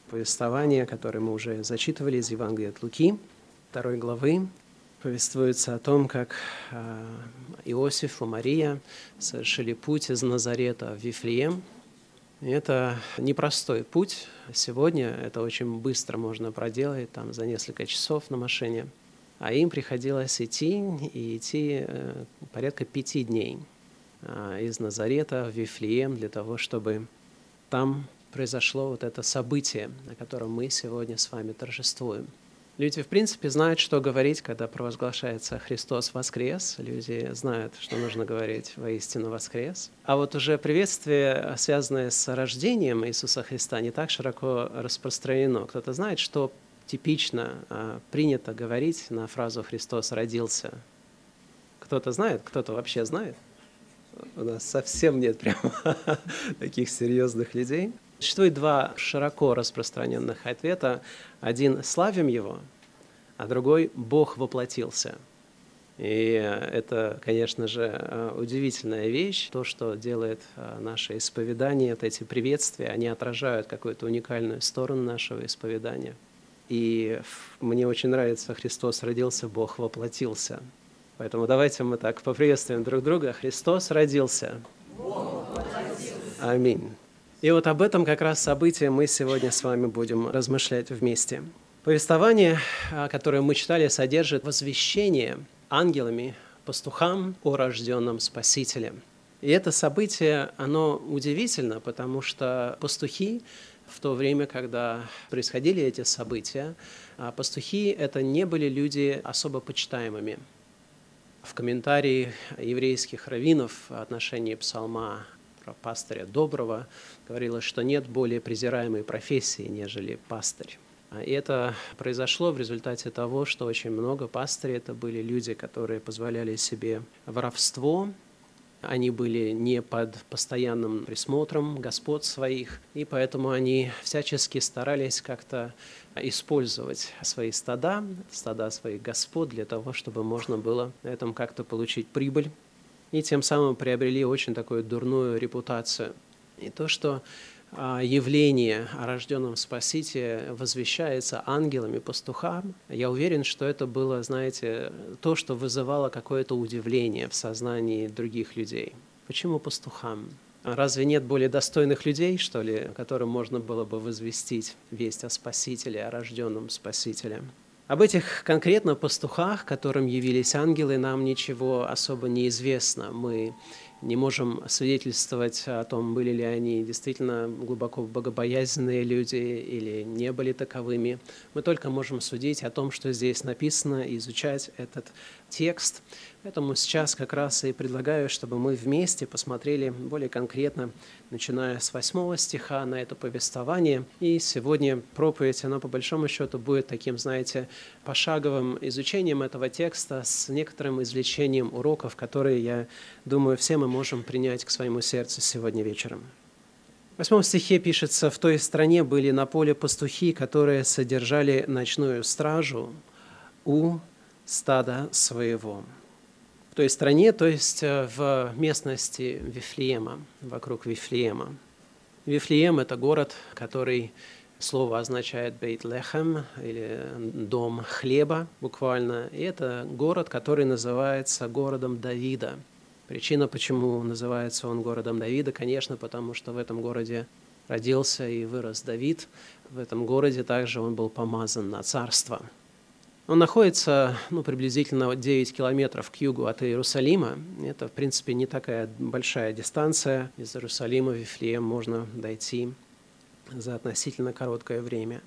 Повествование, которое мы уже зачитывали из Евангелия от Луки, 2 главы, повествуется о том, как Иосиф и Мария совершили путь из Назарета в Вифлеем. И это непростой путь. Сегодня это очень быстро можно проделать, там, за несколько часов на машине. А им приходилось идти порядка 5 дней из Назарета в Вифлеем для того, чтобы там произошло вот это событие, на котором мы сегодня с вами торжествуем. Люди, в принципе, знают, что говорить, когда провозглашается «Христос воскрес». Люди знают, что нужно говорить «Воистину воскрес». А вот уже приветствие, связанное с рождением Иисуса Христа, не так широко распространено. Кто-то знает, что типично принято говорить на фразу «Христос родился». Кто-то знает? Кто-то вообще знает? У нас совсем нет прямо таких серьезных людей. Существует 2 широко распространенных ответа. Один – «славим Его», а другой – «Бог воплотился». И это, конечно же, удивительная вещь. То, что делает наше исповедание, вот эти приветствия, они отражают какую-то уникальную сторону нашего исповедания. И мне очень нравится «Христос родился, Бог воплотился». Поэтому давайте мы так поприветствуем друг друга. Христос родился. Бог воплотился. Аминь. И вот об этом как раз событии мы сегодня с вами будем размышлять вместе. Повествование, которое мы читали, содержит возвещение ангелами пастухам о рожденном Спасителе. И это событие, оно удивительно, потому что пастухи в то время, когда происходили эти события, пастухи – это не были люди особо почитаемыми. В комментарии еврейских раввинов в отношении псалма про пастыря доброго говорилось, что нет более презираемой профессии, нежели пастырь. И это произошло в результате того, что очень много пастырей – это были люди, которые позволяли себе воровство. Они были не под постоянным присмотром господ своих, и поэтому они всячески старались как-то использовать свои стада своих господ для того, чтобы можно было на этом как-то получить прибыль, и тем самым приобрели очень такую дурную репутацию. И то, что явление о рожденном Спасителе возвещается ангелами, пастухам, я уверен, что это было, знаете, то, что вызывало какое-то удивление в сознании других людей. Почему пастухам? Разве нет более достойных людей, что ли, которым можно было бы возвестить весть о Спасителе, о рожденном Спасителе? Об этих конкретно пастухах, которым явились ангелы, нам ничего особо не известно. Мы не можем свидетельствовать о том, были ли они действительно глубоко богобоязненные люди или не были таковыми. Мы только можем судить о том, что здесь написано, и изучать этот текст. Поэтому сейчас как раз и предлагаю, чтобы мы вместе посмотрели более конкретно, начиная с 8 стиха, на это повествование. И сегодня проповедь, она по большому счету будет таким, знаете, пошаговым изучением этого текста с некоторым извлечением уроков, которые, я думаю, все мы можем принять к своему сердцу сегодня вечером. В 8 стихе пишется: «В той стране были на поле пастухи, которые содержали ночную стражу у стада своего». В той стране, то есть в местности Вифлеема, вокруг Вифлеема. Вифлеем – это город, который слово означает «бейт-лехем» или «дом хлеба» буквально. И это город, который называется городом Давида. Причина, почему называется он городом Давида, конечно, потому что в этом городе родился и вырос Давид. В этом городе также он был помазан на царство. Он находится приблизительно 9 километров к югу от Иерусалима. Это, в принципе, не такая большая дистанция. Из Иерусалима в Вифлеем можно дойти за относительно короткое время.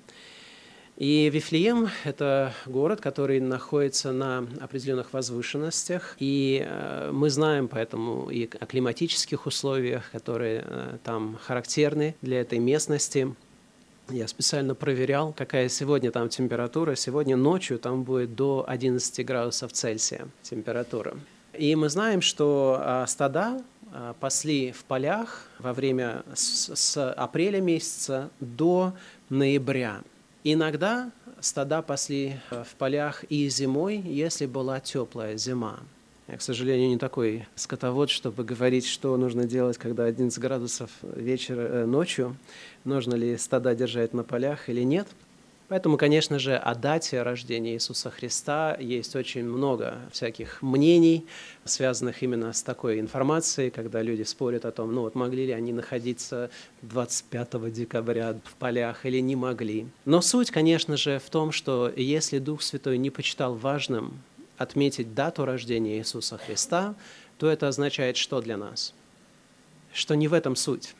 И Вифлеем – это город, который находится на определенных возвышенностях. И мы знаем поэтому и о климатических условиях, которые там характерны для этой местности. Я специально проверял, какая сегодня там температура. Сегодня ночью там будет до 11 градусов Цельсия температура. И мы знаем, что стада пасли в полях во время с апреля месяца до ноября. Иногда стада пасли в полях и зимой, если была теплая зима. Я, к сожалению, не такой скотовод, чтобы говорить, что нужно делать, когда 11 градусов ночью, нужно ли стада держать на полях или нет. Поэтому, конечно же, о дате рождения Иисуса Христа есть очень много всяких мнений, связанных именно с такой информацией, когда люди спорят о том, могли ли они находиться 25 декабря в полях или не могли. Но суть, конечно же, в том, что если Дух Святой не почитал важным отметить дату рождения Иисуса Христа, то это означает что для нас? Что не в этом суть.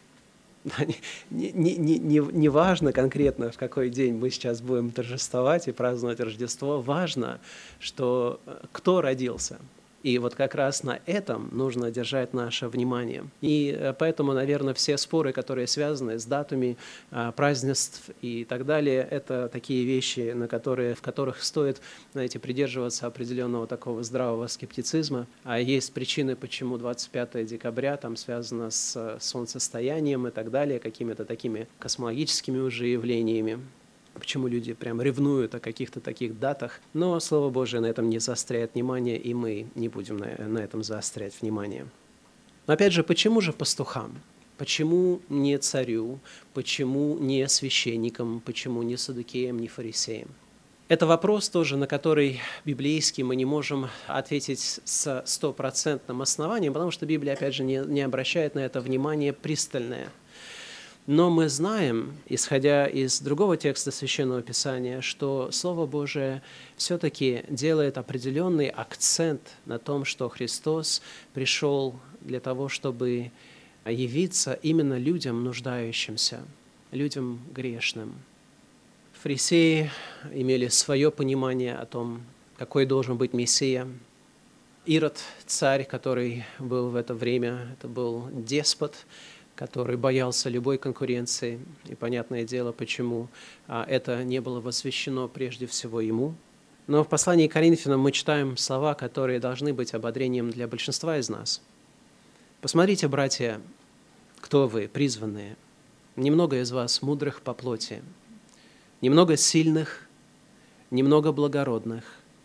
Не важно конкретно, в какой день мы сейчас будем торжествовать и праздновать Рождество. Важно, что кто родился. И вот как раз на этом нужно держать наше внимание. И поэтому, наверное, все споры, которые связаны с датами празднеств и так далее, это такие вещи, в которых стоит, придерживаться определенного такого здравого скептицизма. А есть причины, почему 25 декабря там связано с солнцестоянием и так далее, какими-то такими космологическими уже явлениями. Почему люди прям ревнуют о каких-то таких датах. Но Слово Божие на этом не заостряет внимание, и мы не будем на этом заострять внимание. Но опять же, почему же пастухам? Почему не царю? Почему не священникам? Почему не саддукеям, не фарисеям? Это вопрос тоже, на который библейский мы не можем ответить с стопроцентным основанием, потому что Библия, опять же, не обращает на это внимание пристальное. Но мы знаем, исходя из другого текста Священного Писания, что Слово Божие все-таки делает определенный акцент на том, что Христос пришел для того, чтобы явиться именно людям нуждающимся, людям грешным. Фарисеи имели свое понимание о том, какой должен быть Мессия. Ирод, царь, который был в это время, это был деспот, который боялся любой конкуренции, и понятное дело, почему это не было возвещено прежде всего ему. Но в послании к Коринфянам мы читаем слова, которые должны быть ободрением для большинства из нас. Посмотрите, братья, кто вы, призванные. Немного из вас мудрых по плоти, немного сильных, немного благородных.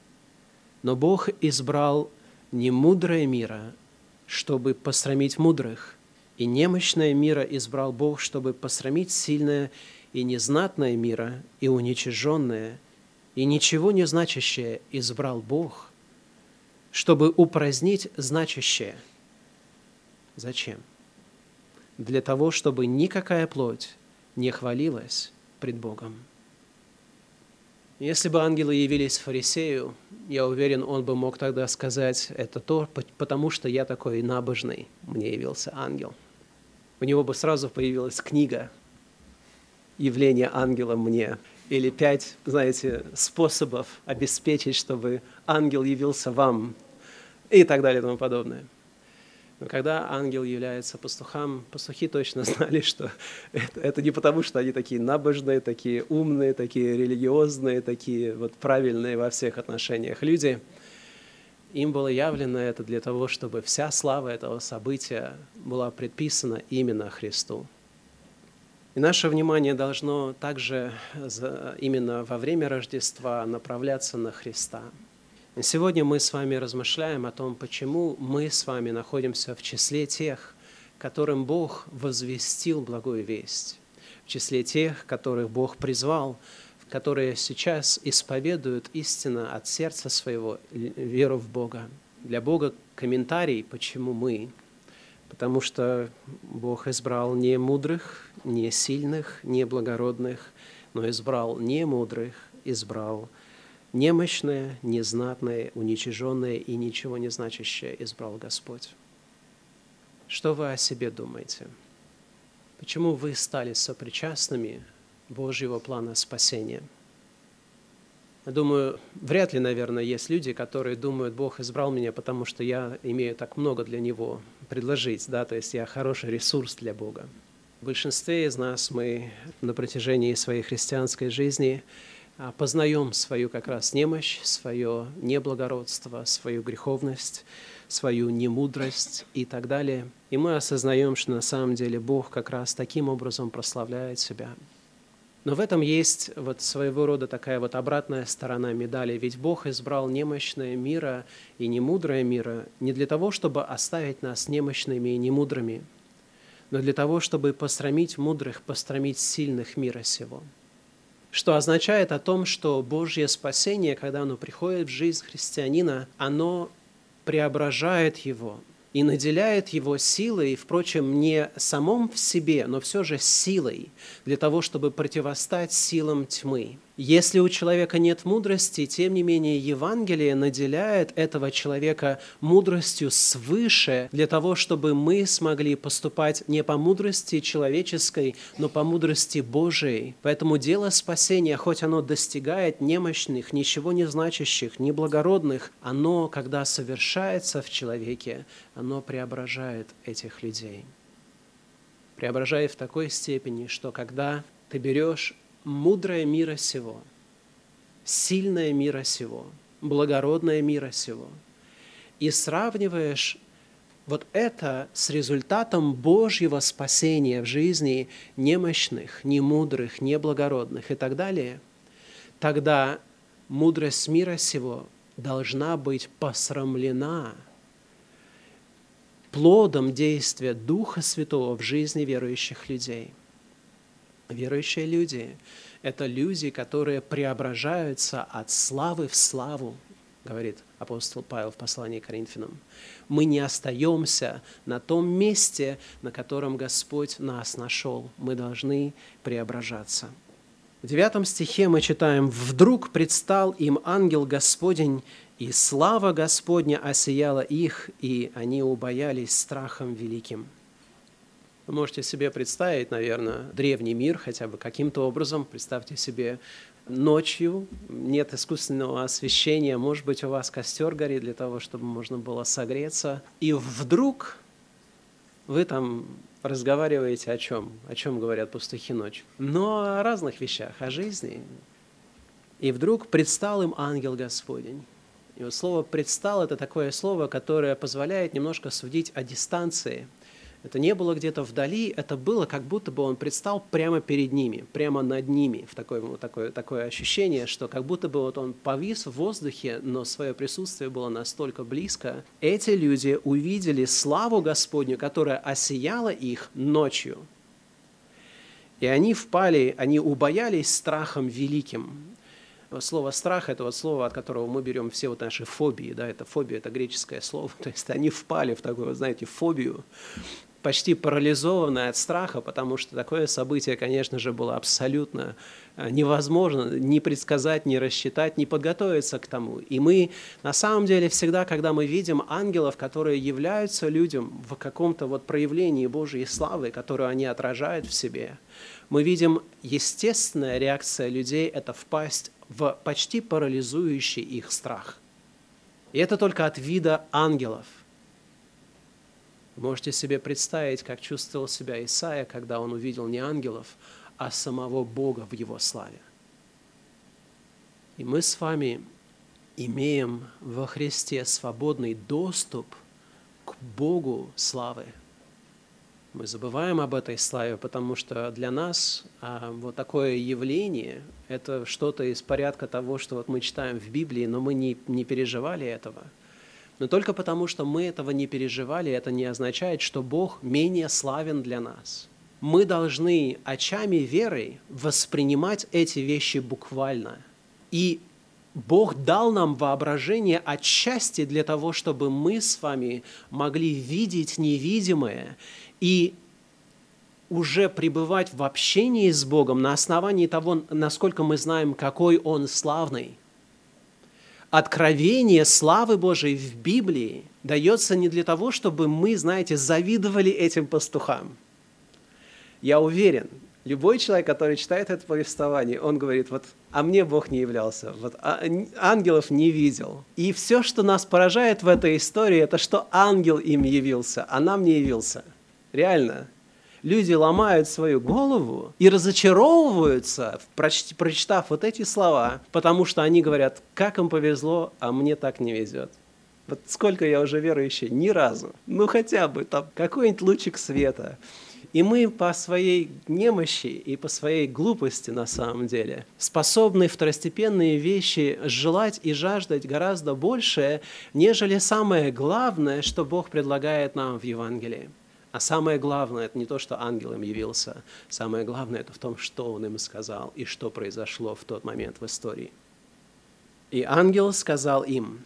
Но Бог избрал немудрое мира, чтобы посрамить мудрых, и немощное мира избрал Бог, чтобы посрамить сильное и незнатное мира, и уничиженное, и ничего не значащее избрал Бог, чтобы упразднить значащее. Зачем? Для того, чтобы никакая плоть не хвалилась пред Богом. Если бы ангелы явились фарисею, я уверен, он бы мог тогда сказать, это то, потому что я такой набожный, мне явился ангел. У него бы сразу появилась книга «Явление ангела мне» или 5, способов обеспечить, чтобы ангел явился вам и так далее и тому подобное. Но когда ангел является пастухам, пастухи точно знали, что это не потому, что они такие набожные, такие умные, такие религиозные, такие правильные во всех отношениях люди. Им было явлено это для того, чтобы вся слава этого события была предписана именно Христу. И наше внимание должно также именно во время Рождества направляться на Христа. И сегодня мы с вами размышляем о том, почему мы с вами находимся в числе тех, которым Бог возвестил благую весть, в числе тех, которых Бог призвал, которые сейчас исповедуют истинно от сердца своего веру в Бога. Для Бога комментарий, почему мы. Потому что Бог избрал не мудрых, не сильных, не благородных, но избрал не мудрых, избрал немощное, незнатное, уничиженное и ничего не значащее избрал Господь. Что вы о себе думаете? Почему вы стали сопричастными Божьего плана спасения? Я думаю, вряд ли, наверное, есть люди, которые думают, Бог избрал меня, потому что я имею так много для Него предложить, то есть я хороший ресурс для Бога. В большинстве из нас мы на протяжении своей христианской жизни познаем свою как раз немощь, свое неблагородство, свою греховность, свою немудрость и так далее. И мы осознаем, что на самом деле Бог как раз таким образом прославляет себя. Но в этом есть вот своего рода такая вот обратная сторона медали. Ведь Бог избрал немощное мира и немудрое мира не для того, чтобы оставить нас немощными и немудрыми, но для того, чтобы посрамить мудрых, посрамить сильных мира сего. Что означает о том, что Божье спасение, когда оно приходит в жизнь христианина, оно преображает его и наделяет его силой, впрочем, не самом в себе, но все же силой для того, чтобы противостать силам тьмы. Если у человека нет мудрости, тем не менее Евангелие наделяет этого человека мудростью свыше для того, чтобы мы смогли поступать не по мудрости человеческой, но по мудрости Божией. Поэтому дело спасения, хоть оно достигает немощных, ничего не значащих, неблагородных, оно, когда совершается в человеке, оно преображает этих людей. Преображает в такой степени, что когда ты берешь мудрое мира сего, сильное мира сего, благородное мира сего, и сравниваешь вот это с результатом Божьего спасения в жизни немощных, немудрых, неблагородных и так далее, тогда мудрость мира сего должна быть посрамлена плодом действия Духа Святого в жизни верующих людей. Верующие люди – это люди, которые преображаются от славы в славу, говорит апостол Павел в послании к Коринфянам. Мы не остаемся на том месте, на котором Господь нас нашел. Мы должны преображаться. В 9 стихе мы читаем: «Вдруг предстал им ангел Господень, и слава Господня осияла их, и они убоялись страхом великим». Вы можете себе представить, наверное, древний мир хотя бы каким-то образом. Представьте себе ночью, нет искусственного освещения, может быть, у вас костер горит для того, чтобы можно было согреться. И вдруг вы там разговариваете о чем? О чем говорят пастухи ночью? Но о разных вещах, о жизни. И вдруг предстал им ангел Господень. И вот слово «предстал» – это такое слово, которое позволяет немножко судить о дистанции. Это не было где-то вдали, это было, как будто бы он предстал прямо перед ними, прямо над ними. Такое ощущение, что как будто бы вот он повис в воздухе, но свое присутствие было настолько близко. Эти люди увидели славу Господню, которая осияла их ночью. И они убоялись страхом великим. Слово «страх» – это вот слово, от которого мы берем все вот наши фобии. Да? Это фобия – это греческое слово. То есть они впали в такую, вот, знаете, фобию, почти парализованная от страха, потому что такое событие, конечно же, было абсолютно невозможно ни предсказать, ни рассчитать, ни подготовиться к тому. И мы, на самом деле, всегда, когда мы видим ангелов, которые являются людям в каком-то вот проявлении Божьей славы, которую они отражают в себе, мы видим естественная реакция людей – это впасть в почти парализующий их страх. И это только от вида ангелов. Можете себе представить, как чувствовал себя Исаия, когда он увидел не ангелов, а самого Бога в его славе. И мы с вами имеем во Христе свободный доступ к Богу славы. Мы забываем об этой славе, потому что для нас вот такое явление – это что-то из порядка того, что вот мы читаем в Библии, но мы не переживали этого. Но только потому, что мы этого не переживали, это не означает, что Бог менее славен для нас. Мы должны очами веры воспринимать эти вещи буквально. И Бог дал нам воображение отчасти для того, чтобы мы с вами могли видеть невидимое и уже пребывать в общении с Богом на основании того, насколько мы знаем, какой Он славный. Откровение славы Божией в Библии дается не для того, чтобы мы, знаете, завидовали этим пастухам. Я уверен, любой человек, который читает это повествование, он говорит, вот, а мне Бог не являлся, вот, ангелов не видел. И все, что нас поражает в этой истории, это что ангел им явился, а нам не явился. Реально. Люди ломают свою голову и разочаровываются, прочитав вот эти слова, потому что они говорят, как им повезло, а мне так не везет. Вот сколько я уже верующий, ни разу. Ну хотя бы там какой-нибудь лучик света. И мы по своей немощи и по своей глупости на самом деле способны второстепенные вещи желать и жаждать гораздо больше, нежели самое главное, что Бог предлагает нам в Евангелии. А самое главное – это не то, что ангел им явился. Самое главное – это в том, что он им сказал и что произошло в тот момент в истории. И ангел сказал им: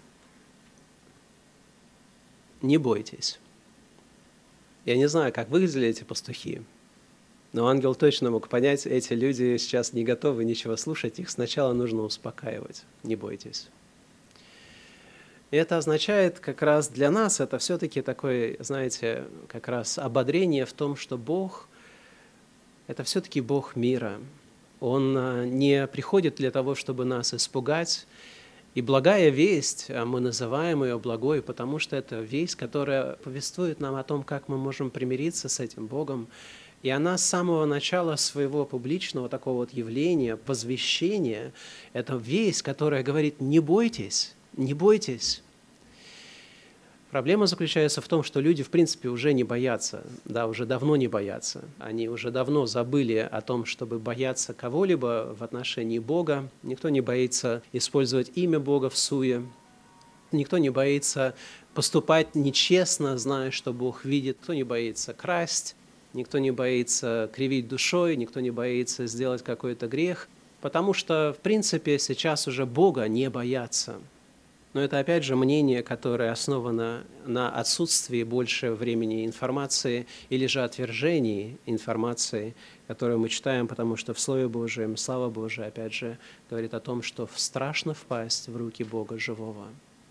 не бойтесь. Я не знаю, как выглядели эти пастухи, но ангел точно мог понять, эти люди сейчас не готовы ничего слушать, их сначала нужно успокаивать. Не бойтесь. И это означает как раз для нас, это все-таки такое, знаете, как раз ободрение в том, что Бог – это все-таки Бог мира. Он не приходит для того, чтобы нас испугать. И благая весть, мы называем ее благой, потому что это весть, которая повествует нам о том, как мы можем примириться с этим Богом. И она с самого начала своего публичного такого вот явления, возвещения, это весть, которая говорит: не бойтесь, не бойтесь. Проблема заключается в том, что люди, в принципе, уже не боятся, да, уже давно не боятся. Они уже давно забыли о том, чтобы бояться кого-либо в отношении Бога. Никто не боится использовать имя Бога в суе. Никто не боится поступать нечестно, зная, что Бог видит. Никто не боится красть, никто не боится кривить душой, никто не боится сделать какой-то грех, потому что, в принципе, сейчас уже Бога не боятся. Но это, опять же, мнение, которое основано на отсутствии больше времени информации или же отвержении информации, которую мы читаем, потому что в Слове Божьем, слава Божия, опять же, говорит о том, что страшно впасть в руки Бога живого.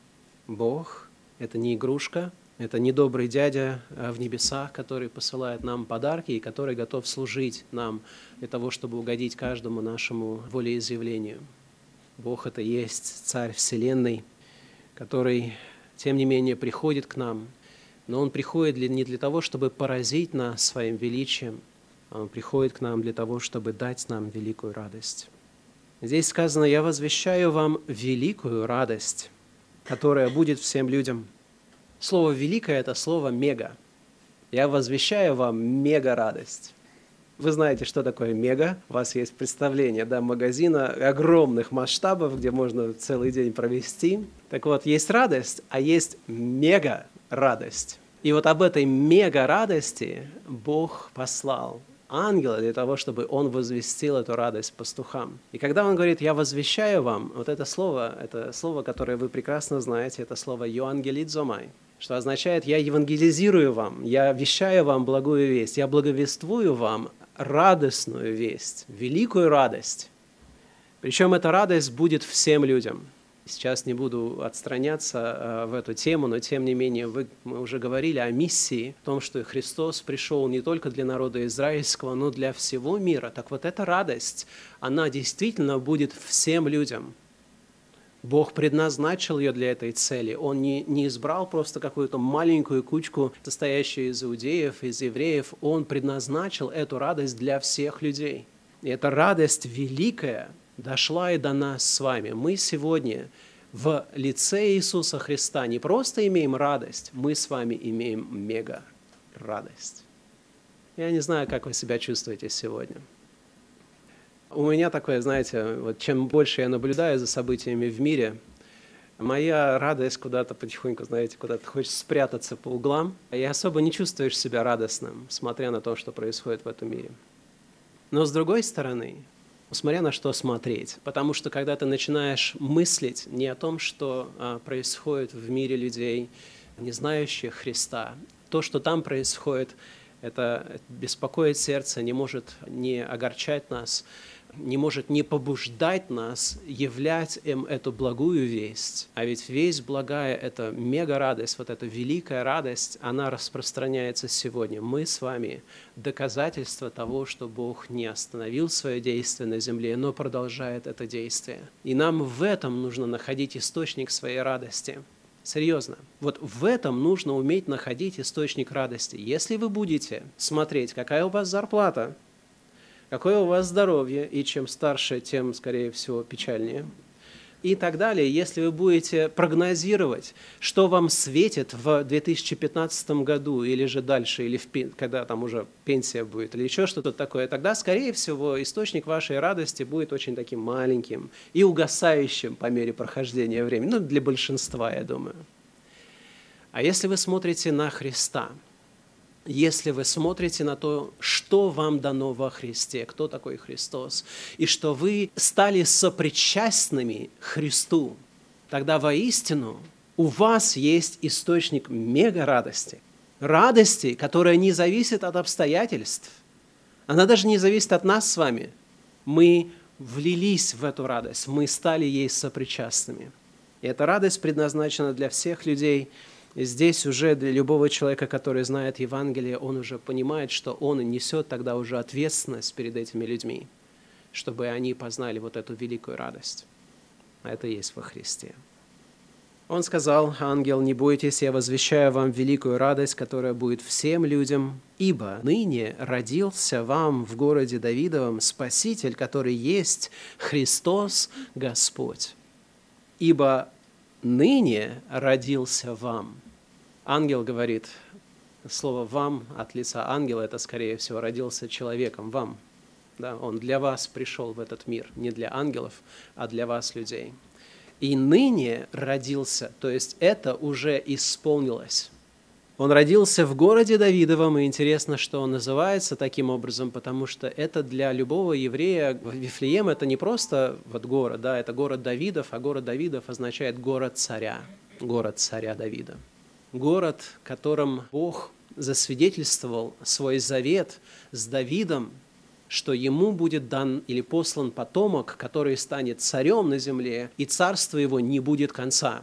Бог – это не игрушка, это не добрый дядя в небесах, который посылает нам подарки и который готов служить нам для того, чтобы угодить каждому нашему волеизъявлению. Бог – это есть Царь Вселенной, который, тем не менее, приходит к нам, но Он приходит не для того, чтобы поразить нас своим величием, а Он приходит к нам для того, чтобы дать нам великую радость. Здесь сказано: «Я возвещаю вам великую радость, которая будет всем людям». Слово «великое» – это слово «мега». «Я возвещаю вам мега-радость». Вы знаете, что такое мега, у вас есть представление, да, магазина огромных масштабов, где можно целый день провести. Так вот, есть радость, а есть мега-радость. И вот об этой мега-радости Бог послал ангела для того, чтобы он возвестил эту радость пастухам. И когда он говорит: «Я возвещаю вам», вот это слово, которое вы прекрасно знаете, это слово «йоангелизомай», что означает: «Я евангелизирую вам, я вещаю вам благую весть, я благовествую вам радостную весть, великую радость». Причем эта радость будет всем людям. Сейчас не буду отстраняться в эту тему, но тем не менее мы уже говорили о миссии, о том, что Христос пришел не только для народа израильского, но для всего мира. Так вот эта радость, она действительно будет всем людям. Бог предназначил ее для этой цели. Он не избрал просто какую-то маленькую кучку, состоящую из иудеев, из евреев. Он предназначил эту радость для всех людей. И эта радость великая дошла и до нас с вами. Мы сегодня в лице Иисуса Христа не просто имеем радость, мы с вами имеем мега-радость. Я не знаю, как вы себя чувствуете сегодня. У меня такое, знаете, вот чем больше я наблюдаю за событиями в мире, моя радость куда-то потихоньку, знаете, куда-то хочет спрятаться по углам, и особо не чувствуешь себя радостным, смотря на то, что происходит в этом мире. Но с другой стороны, смотря на что смотреть, потому что когда ты начинаешь мыслить не о том, что происходит в мире людей, не знающих Христа, то, что там происходит, это беспокоит сердце, не может не огорчать нас, не может не побуждать нас являть им эту благую весть. А ведь весть благая – это мега-радость, вот эта великая радость, она распространяется сегодня. Мы с вами доказательство того, что Бог не остановил свое действие на земле, но продолжает это действие. И нам в этом нужно находить источник своей радости. Серьезно. Вот в этом нужно уметь находить источник радости. Если вы будете смотреть, какая у вас зарплата, какое у вас здоровье, и чем старше, тем, скорее всего, печальнее, и так далее. Если вы будете прогнозировать, что вам светит в 2015 году или же дальше, или когда там уже пенсия будет, или еще что-то такое, тогда, скорее всего, источник вашей радости будет очень таким маленьким и угасающим по мере прохождения времени. Ну, для большинства, я думаю. А если вы смотрите на Христа, если вы смотрите на то, что вам дано во Христе, кто такой Христос, и что вы стали сопричастными Христу, тогда воистину у вас есть источник мега-радости. Радости, которая не зависит от обстоятельств. Она даже не зависит от нас с вами. Мы влились в эту радость, мы стали ей сопричастными. И эта радость предназначена для всех людей. И здесь уже для любого человека, который знает Евангелие, он уже понимает, что он несет тогда уже ответственность перед этими людьми, чтобы они познали вот эту великую радость. А это есть во Христе. Он сказал, ангел, не бойтесь, я возвещаю вам великую радость, которая будет всем людям, ибо ныне родился вам в городе Давидовом Спаситель, который есть Христос Господь. Ибо ныне родился вам. Ангел говорит, слово «вам» от лица ангела, это, скорее всего, родился человеком, вам. Да, он для вас пришел в этот мир, не для ангелов, а для вас, людей. И ныне родился, то есть это уже исполнилось. Он родился в городе Давидовом, и интересно, что он называется таким образом, потому что это для любого еврея, Вифлеем – это не просто вот город, да, это город Давидов, а город Давидов означает город царя Давида. Город, которым Бог засвидетельствовал свой завет с Давидом, что ему будет дан или послан потомок, который станет царем на земле, и царство его не будет конца.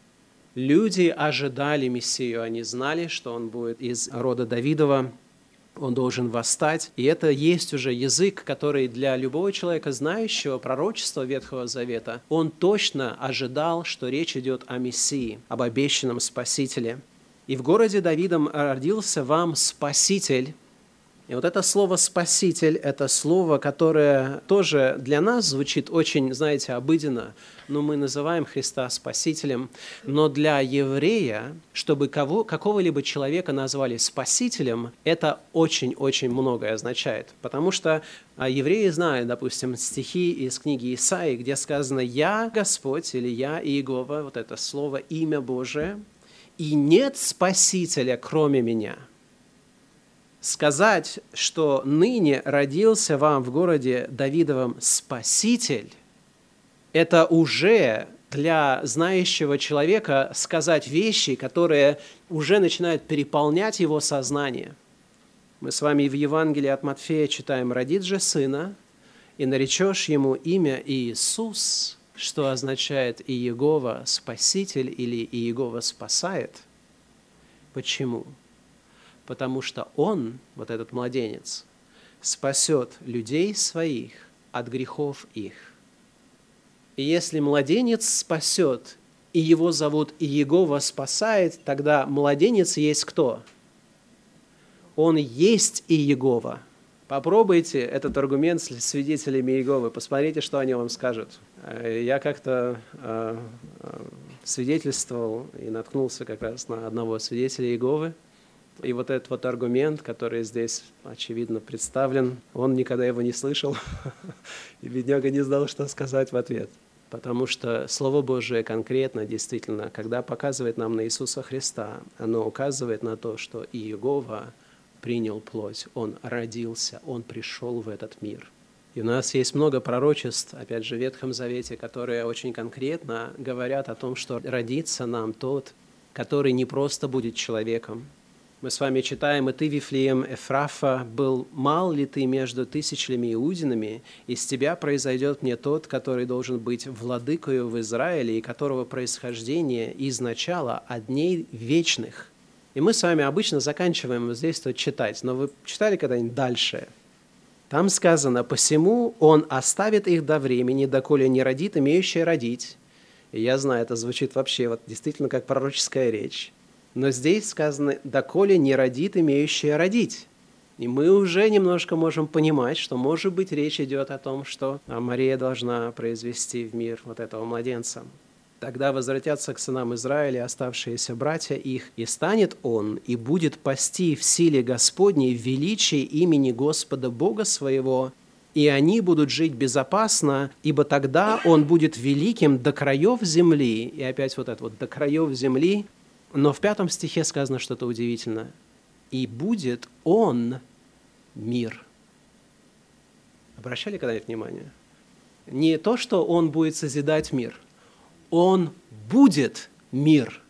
Люди ожидали Мессию, они знали, что он будет из рода Давидова, он должен восстать. И это есть уже язык, который для любого человека, знающего пророчество Ветхого Завета, он точно ожидал, что речь идет о Мессии, об обещанном Спасителе. И в городе Давидом родился вам Спаситель. И вот это слово «спаситель» – это слово, которое тоже для нас звучит очень, знаете, обыденно, но мы называем Христа Спасителем. Но для еврея, чтобы какого-либо человека назвали Спасителем, это очень-очень многое означает. Потому что евреи знают, допустим, стихи из книги Исаии, где сказано «Я Господь» или «Я Иегова», вот это слово «Имя Божие», и нет Спасителя, кроме меня. Сказать, что ныне родился вам в городе Давидовом Спаситель, это уже для знающего человека сказать вещи, которые уже начинают переполнять его сознание. Мы с вами в Евангелии от Матфея читаем «Родит же сына, и наречешь ему имя Иисус», что означает «Иегова Спаситель» или «Иегова спасает». Почему? Потому что он, вот этот младенец, спасет людей своих от грехов их. И если младенец спасет, и его зовут Иегова спасает, тогда младенец есть кто? Он есть Иегова. Попробуйте этот аргумент с свидетелями Иеговы, посмотрите, что они вам скажут. Я как-то свидетельствовал и наткнулся как раз на одного свидетеля Иеговы. И вот этот вот аргумент, который здесь, очевидно, представлен, он никогда его не слышал, и бедняга не знал, что сказать в ответ. Потому что Слово Божие конкретно, действительно, когда показывает нам на Иисуса Христа, оно указывает на то, что Иегова принял плоть, Он родился, Он пришел в этот мир. И у нас есть много пророчеств, опять же, в Ветхом Завете, которые очень конкретно говорят о том, что родится нам тот, который не просто будет человеком. Мы с вами читаем, «И ты, Вифлеем Эфрафа, был мал ли ты между тысячами иудинами? Из тебя произойдет мне тот, который должен быть владыкою в Израиле, и которого происхождение из начала от дней вечных». И мы с вами обычно заканчиваем вот здесь тут читать, но вы читали когда-нибудь дальше? Там сказано, «Посему он оставит их до времени, доколе не родит имеющий родить». И я знаю, это звучит вообще вот действительно как пророческая речь. Но здесь сказано, доколе не родит имеющая родить. И мы уже немножко можем понимать, что, может быть, речь идет о том, что Мария должна произвести в мир вот этого младенца. Тогда возвратятся к сынам Израиля оставшиеся братья их, и станет он, и будет пасти в силе Господней в величии имени Господа Бога своего, и они будут жить безопасно, ибо тогда он будет великим до краев земли». И опять вот это вот «до краев земли». Но в 5 стихе сказано что-то удивительное. «И будет он мир». Обращали когда-нибудь внимание? Не то, что он будет созидать мир. Он будет мир.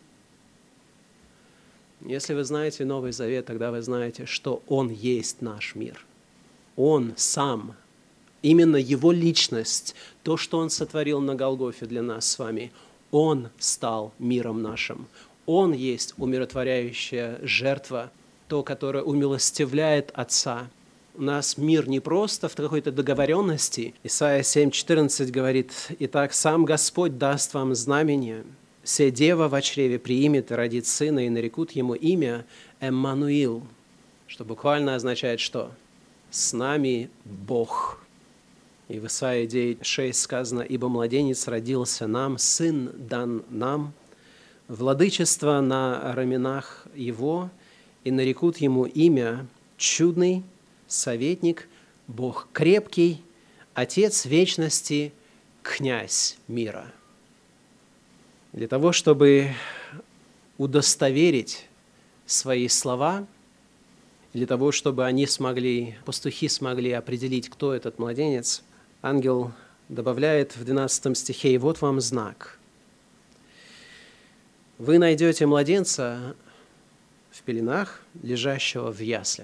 Если вы знаете Новый Завет, тогда вы знаете, что он есть наш мир. Он сам, именно его личность, то, что он сотворил на Голгофе для нас с вами, он стал миром нашим. Он есть умиротворяющая жертва, то, которое умилостивляет Отца. У нас мир не просто в какой-то договоренности. Исайя 7:14 говорит: «Итак, сам Господь даст вам знамение. Се дева во чреве приимет и родит сына, и нарекут ему имя Эммануил», что буквально означает что? «С нами Бог». И в Исайе 9:6 сказано: «Ибо младенец родился нам, сын дан нам, владычество на раменах его, и нарекут ему имя Чудный, Советник, Бог крепкий, Отец вечности, Князь мира». Для того, чтобы удостоверить свои слова, для того, чтобы пастухи смогли определить, кто этот младенец, ангел добавляет в 12 стихе: «И вот вам знак. Вы найдете младенца в пеленах, лежащего в яслях».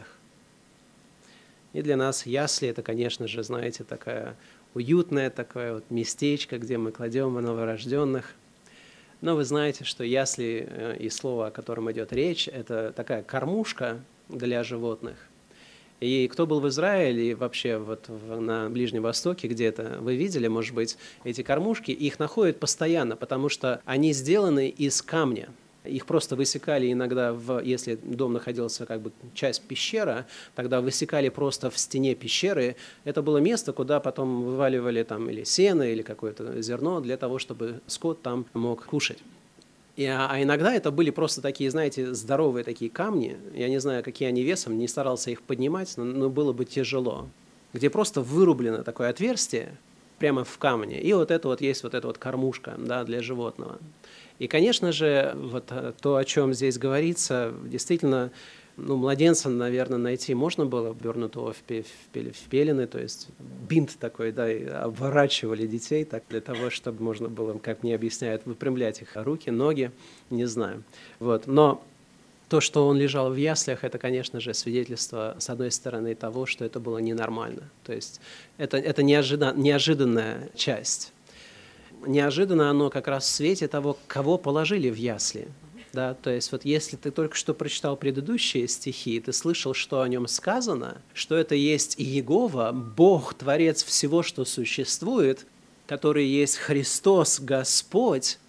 И для нас ясли – это, конечно же, знаете, такая уютное такое вот местечко, где мы кладем новорожденных. Но вы знаете, что ясли и слово, о котором идет речь, это такая кормушка для животных. И кто был в Израиле и вообще вот на Ближнем Востоке где-то, вы видели, может быть, эти кормушки, их находят постоянно, потому что они сделаны из камня. Их просто высекали иногда, если дом находился как бы часть пещера, тогда высекали просто в стене пещеры. Это было место, куда потом вываливали там или сено, или какое-то зерно для того, чтобы скот там мог кушать. А иногда это были просто такие, знаете, здоровые такие камни. Я не знаю, какие они весом, не старался их поднимать, но было бы тяжело. Где просто вырублено такое отверстие прямо в камне. И вот это вот есть вот эта вот кормушка, да, для животного. И, конечно же, вот то, о чем здесь говорится, действительно, младенца, наверное, найти можно было, обернутого в пелены, то есть бинт такой, да, и обворачивали детей так для того, чтобы можно было, как мне объясняют, выпрямлять их руки, ноги, не знаю. Вот. Но то, что он лежал в яслях, это, конечно же, свидетельство, с одной стороны, того, что это было ненормально. То есть это неожиданная часть. Неожиданно оно как раз в свете того, кого положили в ясли. Да? То есть вот если ты только что прочитал предыдущие стихи, ты слышал, что о нем сказано, что это есть Иегова, Бог, Творец всего, что существует, который есть Христос, Господь,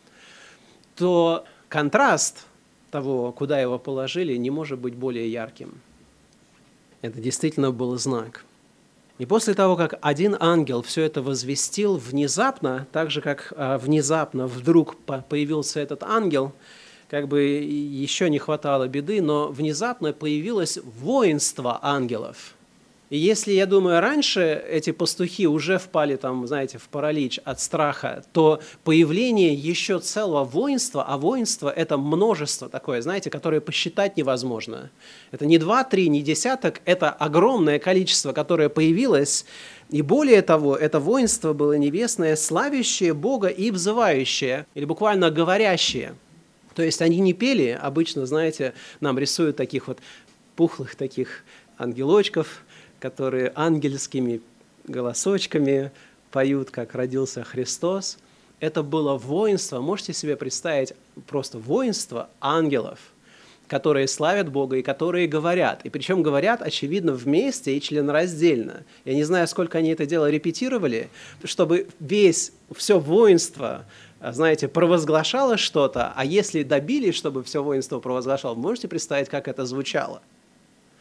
то контраст того, куда его положили, не может быть более ярким. Это действительно был знак. И после того, как один ангел все это возвестил внезапно, так же, как внезапно вдруг появился этот ангел, как бы еще не хватало беды, но внезапно появилось воинство ангелов. И если, я думаю, раньше эти пастухи уже впали там, знаете, в паралич от страха, то появление еще целого воинства, а воинство – это множество такое, знаете, которое посчитать невозможно. Это не 2-3, не десяток, это огромное количество, которое появилось. И более того, это воинство было небесное, славящее Бога и взывающее, или буквально говорящее. То есть они не пели, обычно, знаете, нам рисуют таких вот пухлых таких ангелочков, которые ангельскими голосочками поют, как родился Христос. Это было воинство, можете себе представить, просто воинство ангелов, которые славят Бога и которые говорят. И причем говорят, очевидно, вместе и членораздельно. Я не знаю, сколько они это дело репетировали, чтобы все воинство, знаете, провозглашало что-то, а если добились, чтобы все воинство провозглашало, можете представить, как это звучало?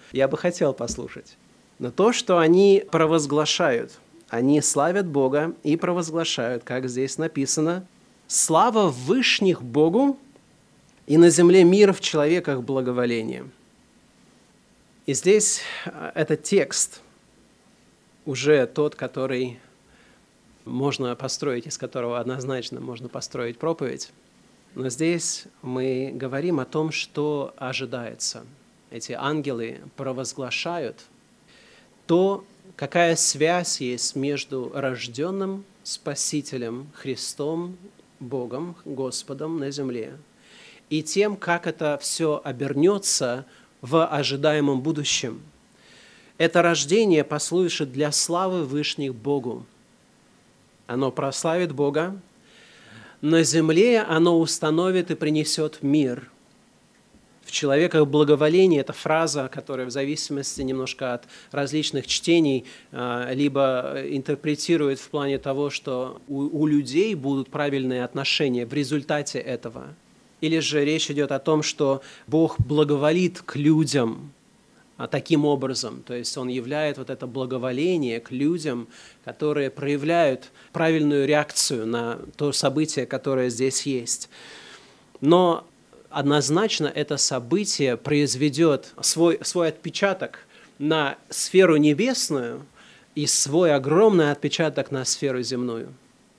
я бы хотел послушать. Но то, что они провозглашают, они славят Бога и провозглашают, как здесь написано, «Слава вышних Богу, и на земле мир в человеках благоволение». И здесь этот текст уже тот, который можно построить, из которого однозначно можно построить проповедь. Но здесь мы говорим о том, что ожидается. Эти ангелы провозглашают то, какая связь есть между рожденным Спасителем Христом, Богом, Господом на земле, и тем, как это все обернется в ожидаемом будущем. Это рождение послужит для славы вышних Богу. Оно прославит Бога. На земле оно установит и принесет мир. В человеках благоволение – это фраза, которая в зависимости немножко от различных чтений либо интерпретирует в плане того, что у людей будут правильные отношения в результате этого. Или же речь идет о том, что Бог благоволит к людям таким образом. То есть Он являет вот это благоволение к людям, которые проявляют правильную реакцию на то событие, которое здесь есть. Но однозначно это событие произведет свой отпечаток на сферу небесную и свой огромный отпечаток на сферу земную.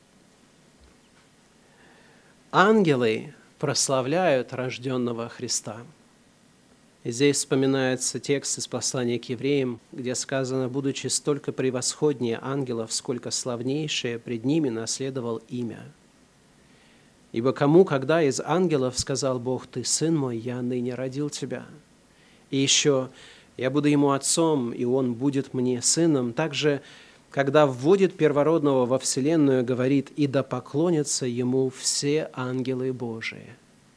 Ангелы прославляют рожденного Христа. И здесь вспоминается текст из послания к евреям, где сказано: «Будучи столько превосходнее ангелов, сколько славнейшее пред ними наследовал имя. Ибо кому, когда из ангелов сказал Бог: Ты, сын мой, я ныне родил тебя, и еще я буду ему отцом, и он будет мне сыном, также, когда вводит первородного во вселенную, говорит: и да поклонятся ему все ангелы Божии».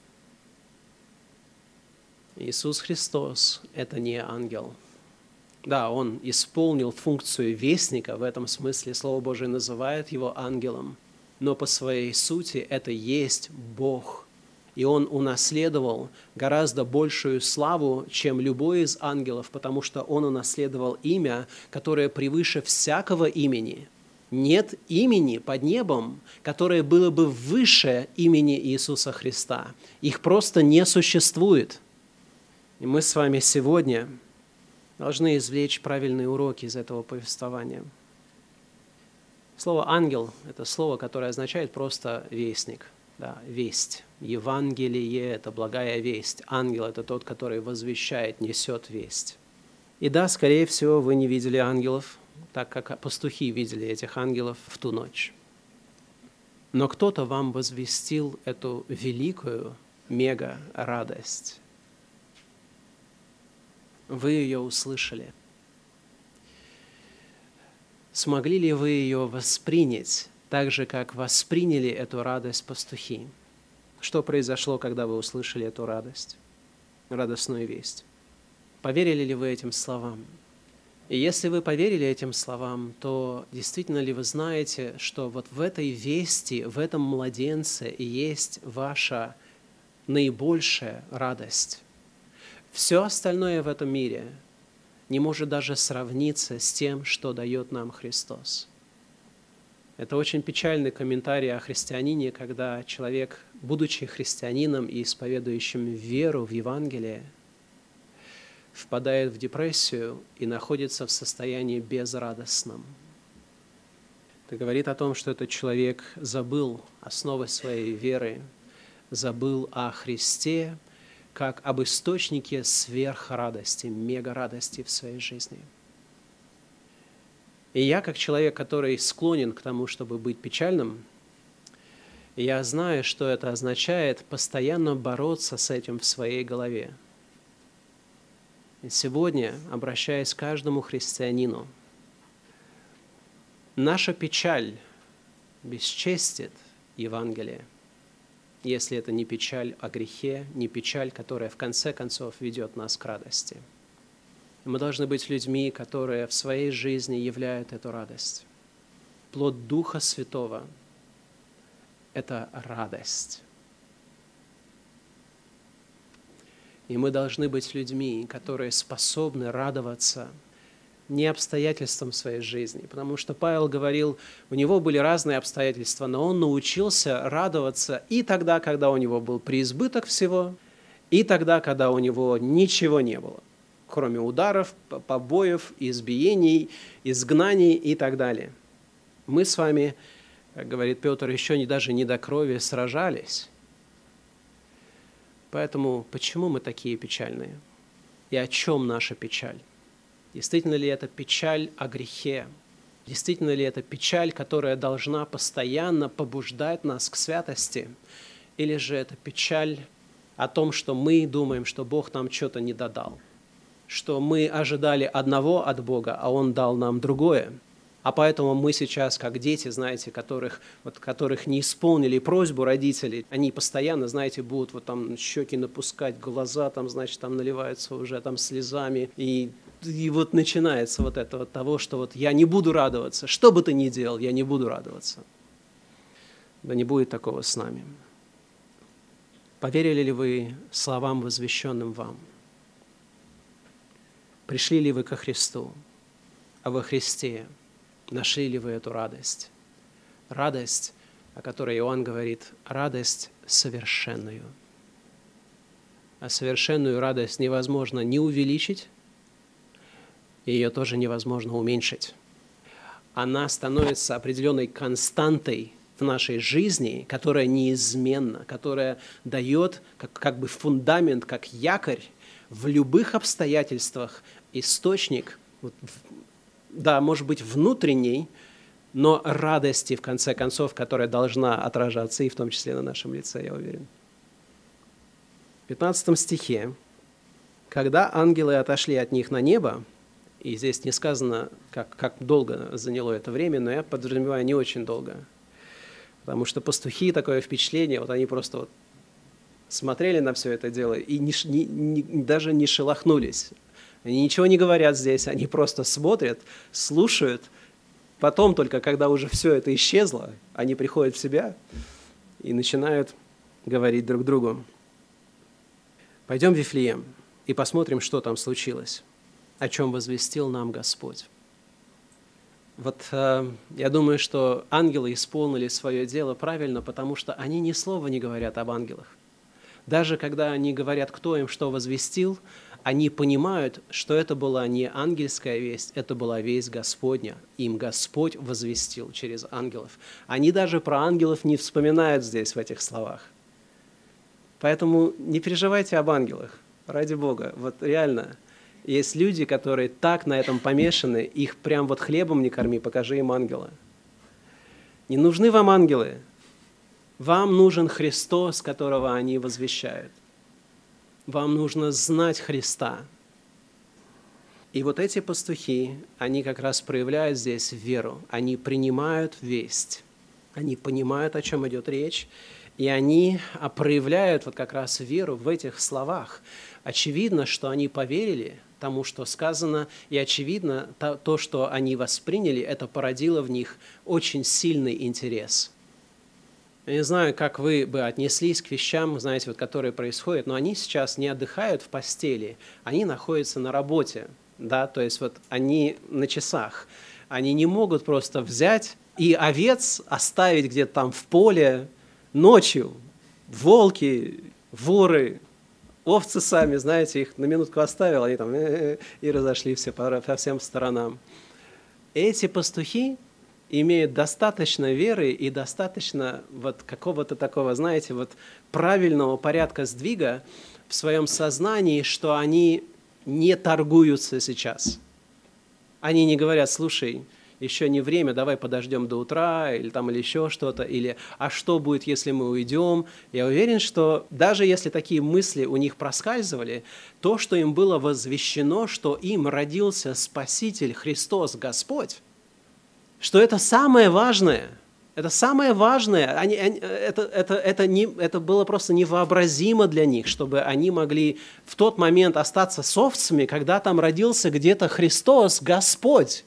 Иисус Христос – это не ангел. Да, Он исполнил функцию вестника, в этом смысле Слово Божие называет Его ангелом, но по своей сути это есть Бог. И Он унаследовал гораздо большую славу, чем любой из ангелов, потому что Он унаследовал имя, которое превыше всякого имени. Нет имени под небом, которое было бы выше имени Иисуса Христа. Их просто не существует. И мы с вами сегодня должны извлечь правильные уроки из этого повествования. Слово «ангел» – это слово, которое означает просто «вестник», да, «весть». Евангелие – это благая весть. Ангел – это тот, который возвещает, несет весть. И да, скорее всего, вы не видели ангелов, так как пастухи видели этих ангелов в ту ночь. Но кто-то вам возвестил эту великую мега-радость. Вы ее услышали. Смогли ли вы ее воспринять так же, как восприняли эту радость пастухи? Что произошло, когда вы услышали эту радость, радостную весть? Поверили ли вы этим словам? И если вы поверили этим словам, то действительно ли вы знаете, что вот в этой вести, в этом младенце и есть ваша наибольшая радость? Все остальное в этом мире не может даже сравниться с тем, что дает нам Христос. Это очень печальный комментарий о христианине, когда человек, будучи христианином и исповедующим веру в Евангелие, впадает в депрессию и находится в состоянии безрадостном. Это говорит о том, что этот человек забыл основы своей веры, забыл о Христе, как об источнике сверхрадости, мегарадости в своей жизни. И я, как человек, который склонен к тому, чтобы быть печальным, я знаю, что это означает постоянно бороться с этим в своей голове. И сегодня, обращаясь к каждому христианину, наша печаль бесчестит Евангелие, если это не печаль о грехе, не печаль, которая в конце концов ведет нас к радости. Мы должны быть людьми, которые в своей жизни являют эту радость. Плод Духа Святого – это радость. И мы должны быть людьми, которые способны радоваться не обстоятельствам своей жизни. Потому что Павел говорил, у него были разные обстоятельства, но он научился радоваться и тогда, когда у него был преизбыток всего, и тогда, когда у него ничего не было, кроме ударов, побоев, избиений, изгнаний и так далее. Мы с вами, как говорит Петр, еще даже не до крови сражались. Поэтому почему мы такие печальные? И о чем наша печаль? Действительно ли это печаль о грехе? Действительно ли это печаль, которая должна постоянно побуждать нас к святости? Или же это печаль о том, что мы думаем, что Бог нам что-то не додал? Что мы ожидали одного от Бога, а Он дал нам другое? А поэтому мы сейчас, как дети, знаете, которых не исполнили просьбу родителей, они постоянно, знаете, будут там щеки напускать, глаза там, значит, там наливаются уже там слезами. И вот начинается это того, что я не буду радоваться. Что бы ты ни делал, я не буду радоваться. Да не будет такого с нами. Поверили ли вы словам, возвещенным вам? Пришли ли вы ко Христу? А во Христе нашли ли вы эту радость? Радость, о которой Иоанн говорит, радость совершенную. А совершенную радость невозможно ни увеличить, и ее тоже невозможно уменьшить. Она становится определенной константой в нашей жизни, которая неизменна, которая дает как бы фундамент, как якорь в любых обстоятельствах, источник, да, может быть, внутренней, но радости, в конце концов, которая должна отражаться и в том числе на нашем лице, я уверен. В 15 стихе, когда ангелы отошли от них на небо, и здесь не сказано, как долго заняло это время, но я подразумеваю, не очень долго, потому что пастухи, такое впечатление, они просто смотрели на все это дело и даже не шелохнулись. Они ничего не говорят здесь, они просто смотрят, слушают. Потом только, когда уже все это исчезло, они приходят в себя и начинают говорить друг другу. Пойдем в Вифлеем и посмотрим, что там случилось, о чем возвестил нам Господь. Я думаю, что ангелы исполнили свое дело правильно, потому что они ни слова не говорят об ангелах. Даже когда они говорят, кто им что возвестил, они понимают, что это была не ангельская весть, это была весть Господня. Им Господь возвестил через ангелов. Они даже про ангелов не вспоминают здесь, в этих словах. Поэтому не переживайте об ангелах, ради Бога. Реально, есть люди, которые так на этом помешаны, их прям хлебом не корми, покажи им ангела. Не нужны вам ангелы. Вам нужен Христос, которого они возвещают. Вам нужно знать Христа. И эти пастухи, они как раз проявляют здесь веру. Они принимают весть. Они понимают, о чем идет речь. И они проявляют как раз веру в этих словах. Очевидно, что они поверили тому, что сказано, и очевидно, то, что они восприняли, это породило в них очень сильный интерес. Я не знаю, как вы бы отнеслись к вещам, знаете, которые происходят, но они сейчас не отдыхают в постели, они находятся на работе, да, то есть они на часах. Они не могут просто взять и овец оставить где-то там в поле ночью. Волки, воры, овцы сами, знаете, их на минутку оставил, они там и разошли все по всем сторонам. Эти пастухи имеют достаточно веры и достаточно какого-то такого, знаете, правильного порядка сдвига в своем сознании, что они не торгуются сейчас. Они не говорят, слушай, еще не время, давай подождем до утра, или еще что-то, или а что будет, если мы уйдем? Я уверен, что даже если такие мысли у них проскальзывали, то, что им было возвещено, что им родился Спаситель Христос Господь, что это самое важное, это было просто невообразимо для них, чтобы они могли в тот момент остаться с овцами, когда там родился где-то Христос, Господь.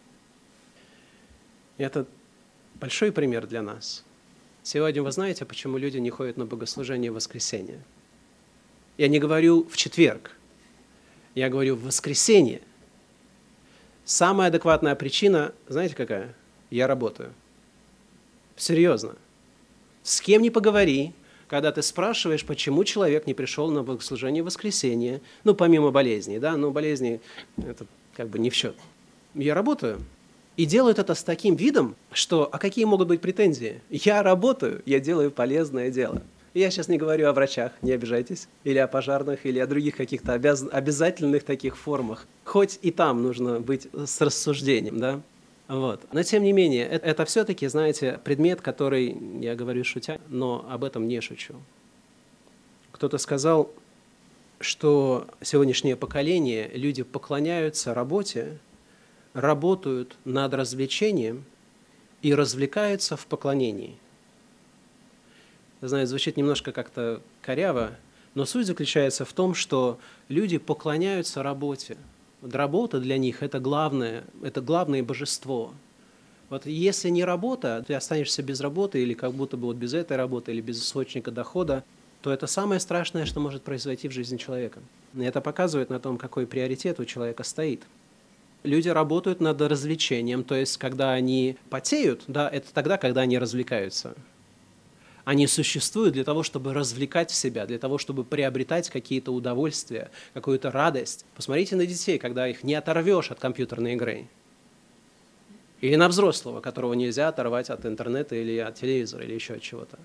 И это большой пример для нас. Сегодня вы знаете, почему люди не ходят на богослужение в воскресенье? Я не говорю в четверг, я говорю в воскресенье. Самая адекватная причина, знаете какая? Я работаю. Серьезно. С кем ни поговори, когда ты спрашиваешь, почему человек не пришел на богослужение в воскресенье, помимо болезней, да, болезни это как бы не в счет. Я работаю. И делают это с таким видом, что, а какие могут быть претензии? Я работаю, я делаю полезное дело. Я сейчас не говорю о врачах, не обижайтесь, или о пожарных, или о других каких-то обязательных таких формах. Хоть и там нужно быть с рассуждением, да? Вот. Но тем не менее, это все-таки, знаете, предмет, который, я говорю шутя, но об этом не шучу. Кто-то сказал, что сегодняшнее поколение, люди поклоняются работе, работают над развлечением и развлекаются в поклонении. Знаете, звучит немножко как-то коряво, но суть заключается в том, что люди поклоняются работе. Работа для них – это главное божество. Вот если не работа, ты останешься без работы или как будто бы без этой работы, или без источника дохода, то это самое страшное, что может произойти в жизни человека. И это показывает на том, какой приоритет у человека стоит. Люди работают над развлечением, то есть когда они потеют, да, это тогда, когда они развлекаются. Они существуют для того, чтобы развлекать себя, для того, чтобы приобретать какие-то удовольствия, какую-то радость. Посмотрите на детей, когда их не оторвешь от компьютерной игры. Или на взрослого, которого нельзя оторвать от интернета или от телевизора, или еще от чего-то.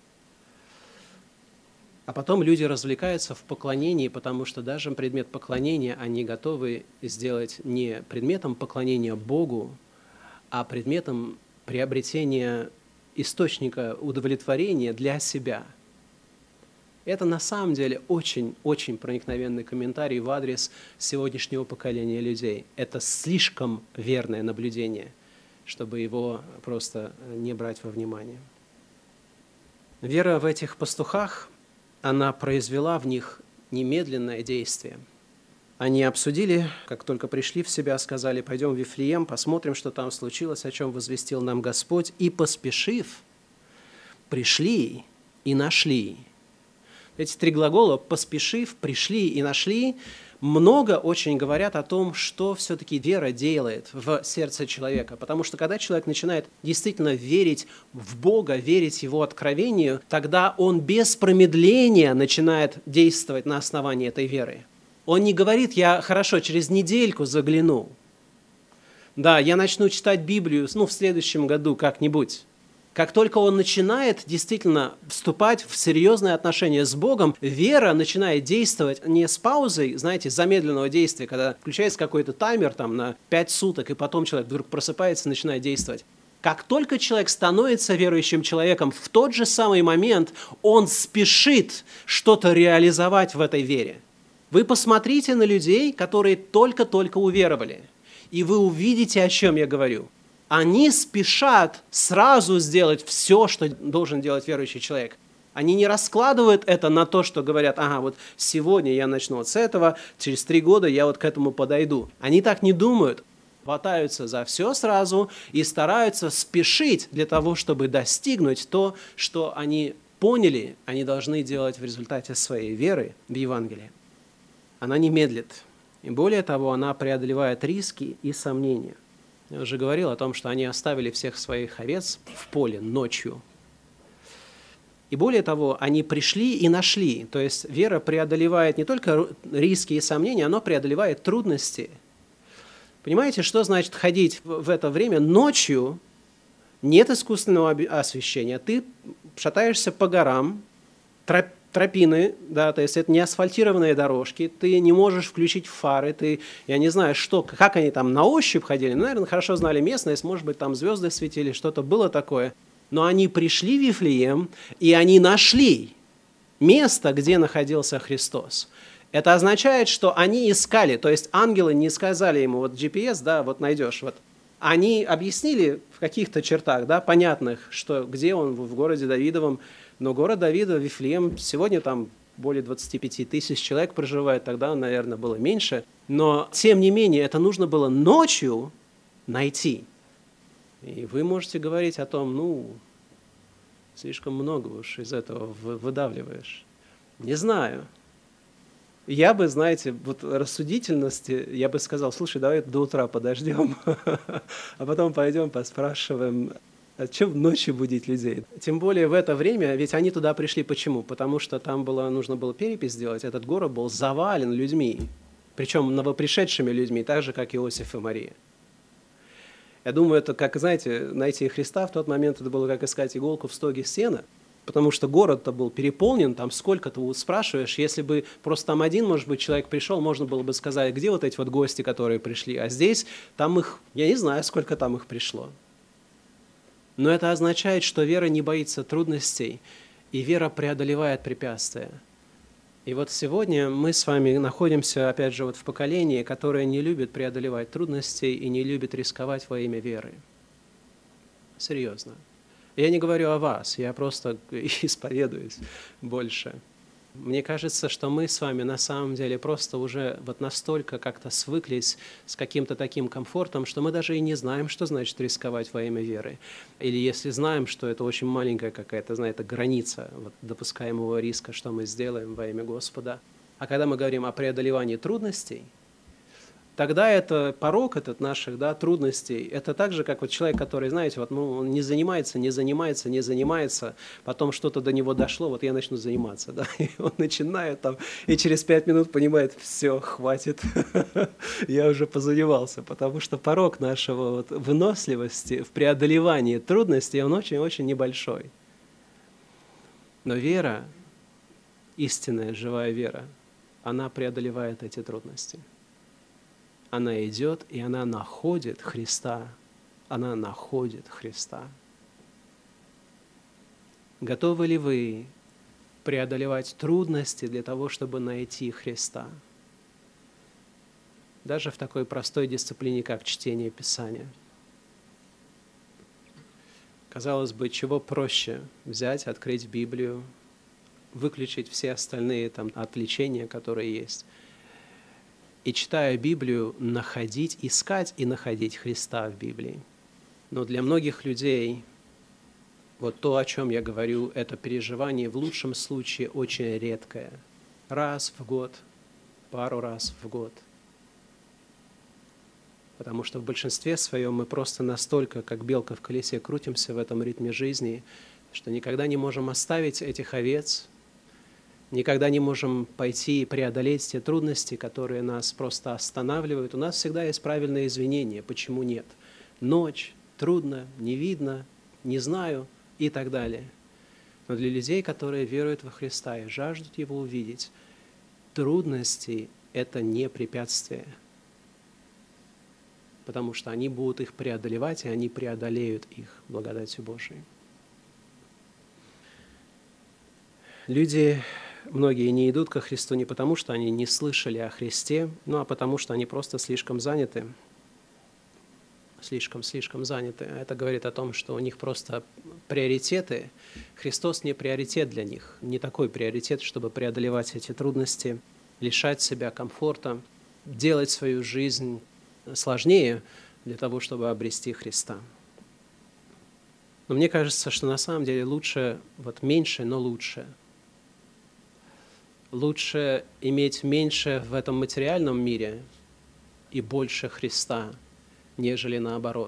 А потом люди развлекаются в поклонении, потому что даже предмет поклонения они готовы сделать не предметом поклонения Богу, а предметом приобретения источника удовлетворения для себя. Это на самом деле очень-очень проникновенный комментарий в адрес сегодняшнего поколения людей. Это слишком верное наблюдение, чтобы его просто не брать во внимание. Вера в этих пастухах, она произвела в них немедленное действие. Они обсудили, как только пришли в себя, сказали: пойдем в Вифлеем, посмотрим, что там случилось, о чем возвестил нам Господь. И поспешив, пришли и нашли. Эти три глагола «поспешив», «пришли» и «нашли» много очень говорят о том, что все-таки вера делает в сердце человека. Потому что когда человек начинает действительно верить в Бога, верить Его откровению, тогда он без промедления начинает действовать на основании этой веры. Он не говорит: я хорошо, через недельку загляну. Да, я начну читать Библию, в следующем году как-нибудь. Как только он начинает действительно вступать в серьезные отношения с Богом, вера начинает действовать не с паузой, знаете, замедленного действия, когда включается какой-то таймер там на 5 суток, и потом человек вдруг просыпается и начинает действовать. Как только человек становится верующим человеком, в тот же самый момент он спешит что-то реализовать в этой вере. Вы посмотрите на людей, которые только-только уверовали, и вы увидите, о чем я говорю. Они спешат сразу сделать все, что должен делать верующий человек. Они не раскладывают это на то, что говорят: ага, вот сегодня я начну с этого, через 3 года я вот к этому подойду. Они так не думают. Хватаются за все сразу и стараются спешить для того, чтобы достигнуть то, что они поняли, они должны делать в результате своей веры в Евангелие. Она не медлит. И более того, она преодолевает риски и сомнения. Я уже говорил о том, что они оставили всех своих овец в поле ночью. И более того, они пришли и нашли. То есть вера преодолевает не только риски и сомнения, она преодолевает трудности. Понимаете, что значит ходить в это время ночью? Нет искусственного освещения. Ты шатаешься по горам, тропины, да, то есть это не асфальтированные дорожки, ты не можешь включить фары, я не знаю, как они там на ощупь ходили, наверное, хорошо знали местность, может быть, там звезды светили, что-то было такое. Но они пришли в Вифлеем, и они нашли место, где находился Христос. Это означает, что они искали, то есть ангелы не сказали ему: вот GPS, да, вот найдешь, вот. Они объяснили в каких-то чертах, да, понятных, где он в городе Давидовом. Но город Давида, Вифлеем, сегодня там более 25 тысяч человек проживает, тогда, наверное, было меньше. Но, тем не менее, это нужно было ночью найти. И вы можете говорить о том: слишком много уж из этого выдавливаешь. Не знаю. Я бы, знаете, вот рассудительности, я бы сказал, слушай, давай до утра подождем, а потом пойдем поспрашиваем, а что ночью будить людей. Тем более в это время, ведь они туда пришли почему? Потому что там нужно было перепись сделать, этот город был завален людьми, причем новопришедшими людьми, так же, как Иосиф и Мария. Я думаю, это как, знаете, найти Христа в тот момент, это было как искать иголку в стоге сена, потому что город-то был переполнен, там сколько-то вот спрашиваешь, если бы просто там один, может быть, человек пришел, можно было бы сказать, где вот эти вот гости, которые пришли, а здесь, там их, я не знаю, сколько там их пришло. Но это означает, что вера не боится трудностей, и вера преодолевает препятствия. И вот сегодня мы с вами находимся, опять же, вот в поколении, которое не любит преодолевать трудности и не любит рисковать во имя веры. Серьезно. Я не говорю о вас, я просто исповедуюсь больше. Мне кажется, что мы с вами на самом деле просто уже вот настолько как-то свыклись с каким-то таким комфортом, что мы даже и не знаем, что значит рисковать во имя веры. Или если знаем, что это очень маленькая какая-то, знаете, граница вот, допускаемого риска, что мы сделаем во имя Господа. А когда мы говорим о преодолевании трудностей, тогда это порог этот наших трудностей. Это так же, как вот человек, который, знаете, вот, он не занимается, потом что-то до него дошло, вот я начну заниматься. Да? И он начинает там, и через 5 минут понимает, все, хватит, я уже позанимался. Потому что порог нашего вот выносливости в преодолевании трудностей, он очень-очень небольшой. Но вера, истинная, живая вера, она преодолевает эти трудности. Она идет, и она находит Христа. Она находит Христа. Готовы ли вы преодолевать трудности для того, чтобы найти Христа? Даже в такой простой дисциплине, как чтение Писания. Казалось бы, чего проще взять, открыть Библию, выключить все остальные там отвлечения, которые есть, и, читая Библию, искать и находить Христа в Библии. Но для многих людей вот то, о чем я говорю, это переживание в лучшем случае очень редкое. Раз в год, пару раз в год. Потому что в большинстве своем мы просто настолько, как белка в колесе, крутимся в этом ритме жизни, что никогда не можем оставить этих овец, никогда не можем пойти и преодолеть те трудности, которые нас просто останавливают. У нас всегда есть правильное извинение, почему нет. Ночь, трудно, не видно, не знаю и так далее. Но для людей, которые веруют во Христа и жаждут Его увидеть, трудности – это не препятствие, потому что они будут их преодолевать, и они преодолеют их благодатью Божией. Люди, многие не идут ко Христу не потому, что они не слышали о Христе, а потому, что они просто слишком заняты. Слишком заняты. Это говорит о том, что у них просто приоритеты. Христос не приоритет для них, не такой приоритет, чтобы преодолевать эти трудности, лишать себя комфорта, делать свою жизнь сложнее для того, чтобы обрести Христа. Но мне кажется, что на самом деле лучше, меньше, но лучше. Лучше иметь меньше в этом материальном мире и больше Христа, нежели наоборот.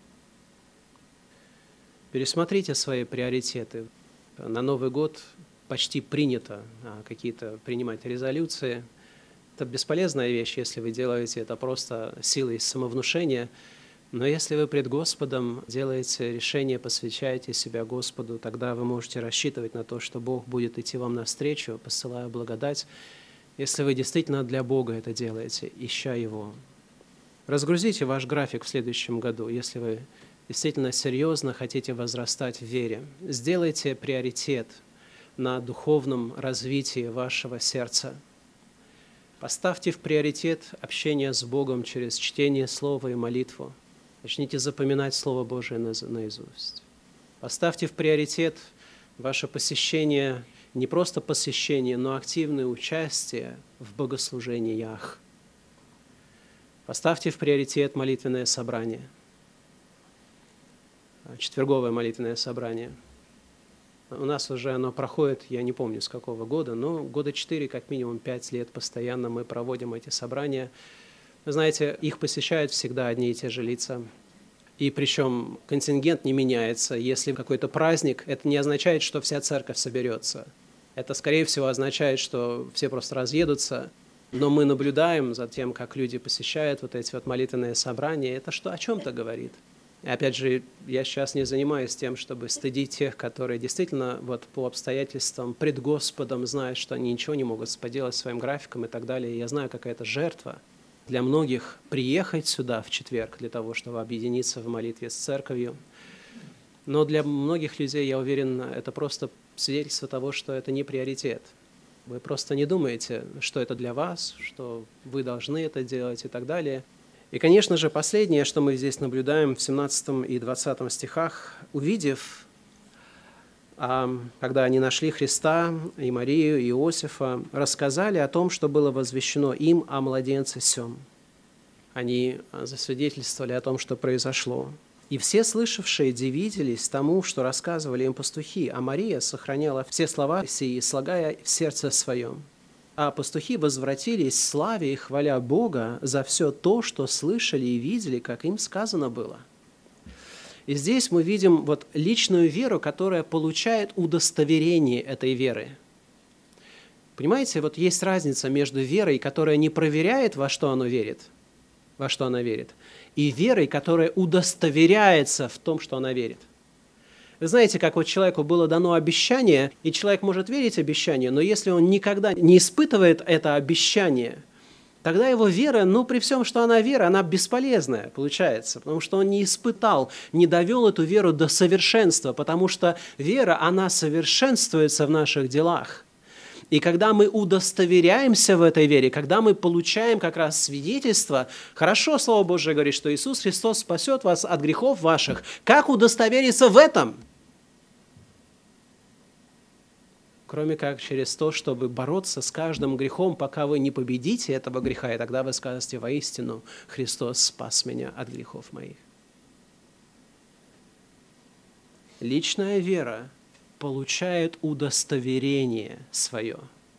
Пересмотрите свои приоритеты. На Новый год почти принято какие-то принимать резолюции. Это бесполезная вещь, если вы делаете это просто силой самовнушения. Но если вы пред Господом делаете решение, посвящаете себя Господу, тогда вы можете рассчитывать на то, что Бог будет идти вам навстречу, посылая благодать, если вы действительно для Бога это делаете, ища Его. Разгрузите ваш график в следующем году, если вы действительно серьезно хотите возрастать в вере. Сделайте приоритет на духовном развитии вашего сердца. Поставьте в приоритет общение с Богом через чтение Слова и молитву. Начните запоминать Слово Божие наизусть. Поставьте в приоритет ваше посещение, не просто посещение, но активное участие в богослужениях. Поставьте в приоритет молитвенное собрание, четверговое молитвенное собрание. У нас уже оно проходит, я не помню с какого года, но года 4, как минимум 5 лет постоянно мы проводим эти собрания. Вы знаете, их посещают всегда одни и те же лица. И причем контингент не меняется. Если какой-то праздник, это не означает, что вся церковь соберется. Это, скорее всего, означает, что все просто разъедутся. Но мы наблюдаем за тем, как люди посещают вот эти вот молитвенные собрания. Это что о чем-то говорит. И опять же, я сейчас не занимаюсь тем, чтобы стыдить тех, которые действительно вот по обстоятельствам пред Господом знают, что они ничего не могут поделать своим графиком и так далее. Я знаю, какая это жертва для многих приехать сюда в четверг для того, чтобы объединиться в молитве с церковью. Но для многих людей, я уверен, это просто свидетельство того, что это не приоритет. Вы просто не думаете, что это для вас, что вы должны это делать и так далее. И, конечно же, последнее, что мы здесь наблюдаем в 17 и 20 стихах, увидев, когда они нашли Христа и Марию, и Иосифа, рассказали о том, что было возвещено им о младенце сем. Они засвидетельствовали о том, что произошло. И все слышавшие дивились тому, что рассказывали им пастухи, а Мария сохраняла все слова сии, слагая в сердце своем. А пастухи возвратились, славя и хваля Бога за все то, что слышали и видели, как им сказано было. И здесь мы видим вот личную веру, которая получает удостоверение этой веры. Понимаете, вот есть разница между верой, которая не проверяет, во что она верит, и верой, которая удостоверяется в том, что она верит. Вы знаете, как вот человеку было дано обещание, и человек может верить обещанию, но если он никогда не испытывает это обещание, тогда его вера, при всем, что она вера, она бесполезная получается, потому что он не испытал, не довел эту веру до совершенства, потому что вера, она совершенствуется в наших делах. И когда мы удостоверяемся в этой вере, когда мы получаем как раз свидетельство, хорошо, Слово Божие говорит, что Иисус Христос спасет вас от грехов ваших. Как удостовериться в этом? Кроме как через то, чтобы бороться с каждым грехом, пока вы не победите этого греха, и тогда вы скажете: воистину, Христос спас меня от грехов моих. Личная вера получает удостоверение свое.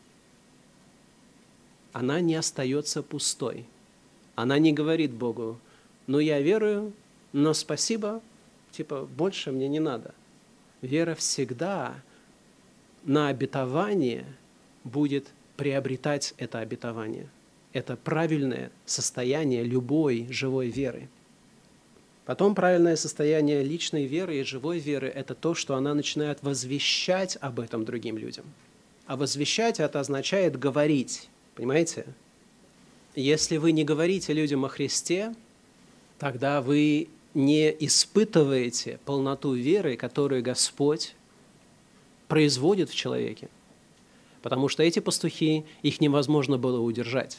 Она не остается пустой. Она не говорит Богу: я верую, но спасибо, больше мне не надо. Вера всегда на обетование будет приобретать это обетование. Это правильное состояние любой живой веры. Потом правильное состояние личной веры и живой веры – это то, что она начинает возвещать об этом другим людям. А возвещать – это означает говорить. Понимаете? Если вы не говорите людям о Христе, тогда вы не испытываете полноту веры, которую Господь производит в человеке. Потому что эти пастухи, их невозможно было удержать.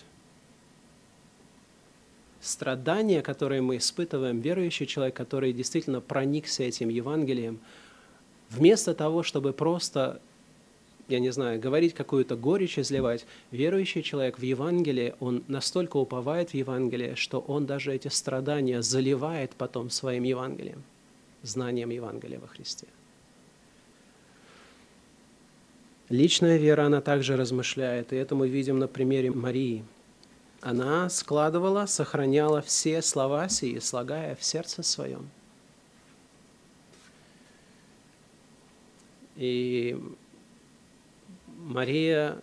Страдания, которые мы испытываем, верующий человек, который действительно проникся этим Евангелием, вместо того, чтобы просто, говорить какую-то горечь, изливать, верующий человек в Евангелие, он настолько уповает в Евангелие, что он даже эти страдания заливает потом своим Евангелием, знанием Евангелия во Христе. Личная вера, она также размышляет, и это мы видим на примере Марии. Она складывала, сохраняла все слова сии, слагая в сердце своем. И Мария,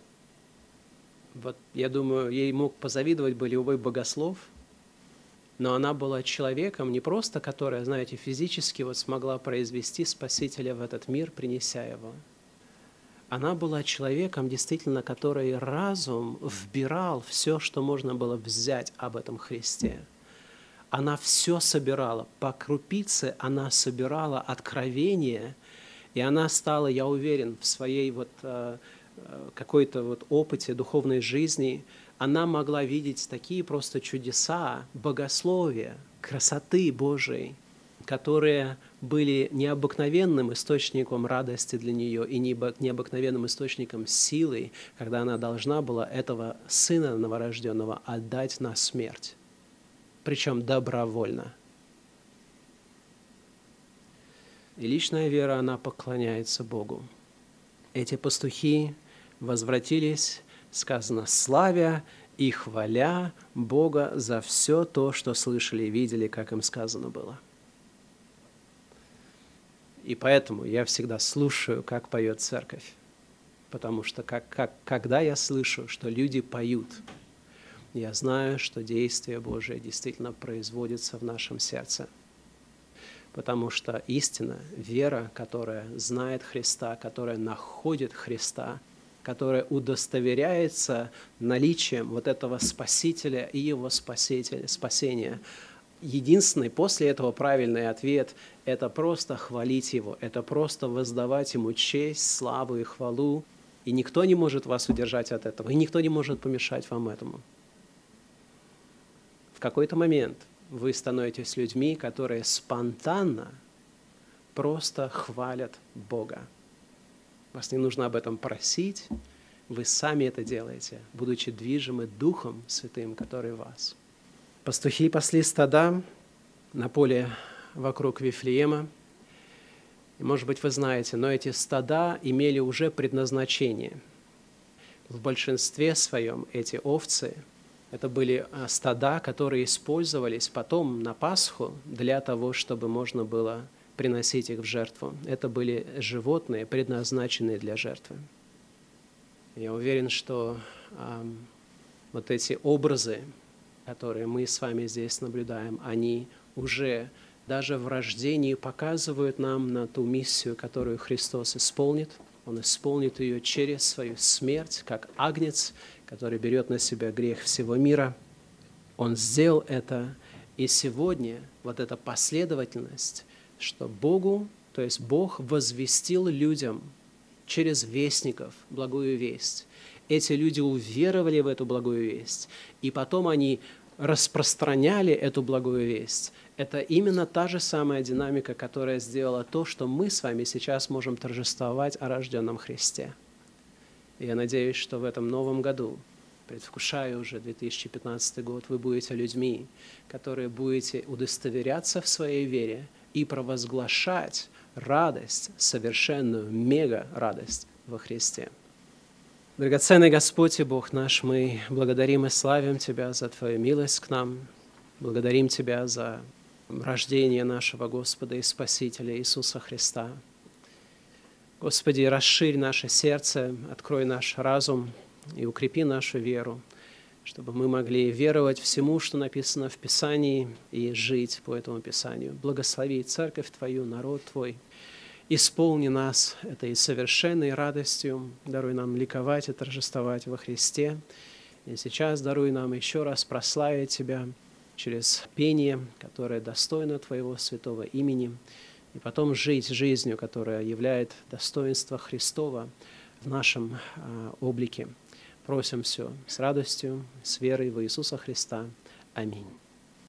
я думаю, ей мог позавидовать бы любой богослов, но она была человеком не просто, которая, физически смогла произвести Спасителя в этот мир, принеся его. Она была человеком, действительно, который разум вбирал все, что можно было взять об этом Христе. Она все собирала, по крупице она собирала откровение, и она стала, я уверен, в своей какой-то опыте духовной жизни, она могла видеть такие просто чудеса, богословия, красоты Божией, которые были необыкновенным источником радости для нее и необыкновенным источником силы, когда она должна была этого сына новорожденного отдать на смерть, причем добровольно. И личная вера, она поклоняется Богу. эти пастухи возвратились, сказано, славя и хваля Бога за все то, что слышали и видели, как им сказано было. И поэтому я всегда слушаю, как поет церковь. Потому что когда я слышу, что люди поют, я знаю, что действие Божие действительно производится в нашем сердце. Потому что истина, вера, которая знает Христа, которая находит Христа, которая удостоверяется наличием вот этого Спасителя и Его спасения, единственный после этого правильный ответ – это просто хвалить Его, это просто воздавать Ему честь, славу и хвалу. И никто не может вас удержать от этого, и никто не может помешать вам этому. В какой-то момент вы становитесь людьми, которые спонтанно просто хвалят Бога. Вас не нужно об этом просить, вы сами это делаете, будучи движимы Духом Святым, который в вас. Пастухи пасли стада на поле вокруг Вифлеема. И, может быть, вы знаете, но эти стада имели уже предназначение. В большинстве своем эти овцы – это были стада, которые использовались потом на Пасху для того, чтобы можно было приносить их в жертву. Это были животные, предназначенные для жертвы. Я уверен, что вот эти образы, которые мы с вами здесь наблюдаем, они уже даже в рождении показывают нам на ту миссию, которую Христос исполнит. Он исполнит ее через свою смерть, как агнец, который берет на себя грех всего мира. Он сделал это, и сегодня вот эта последовательность, что Богу, то есть Бог возвестил людям через вестников благую весть. Эти люди уверовали в эту благую весть, и потом они распространяли эту благую весть. Это именно та же самая динамика, которая сделала то, что мы с вами сейчас можем торжествовать о рожденном Христе. И я надеюсь, что в этом новом году, предвкушая уже 2015 год, вы будете людьми, которые будете удостоверяться в своей вере и провозглашать радость, совершенную мега-радость во Христе. Драгоценный Господь и Бог наш, мы благодарим и славим Тебя за Твою милость к нам, благодарим Тебя за рождение нашего Господа и Спасителя Иисуса Христа. Господи, расширь наше сердце, открой наш разум и укрепи нашу веру, чтобы мы могли веровать всему, что написано в Писании, и жить по этому Писанию. Благослови Церковь Твою, народ Твой. Исполни нас этой совершенной радостью, даруй нам ликовать и торжествовать во Христе. И сейчас даруй нам еще раз прославить Тебя через пение, которое достойно Твоего святого имени, и потом жить жизнью, которая являет достоинство Христова в нашем облике. Просим все с радостью, с верой в Иисуса Христа. Аминь.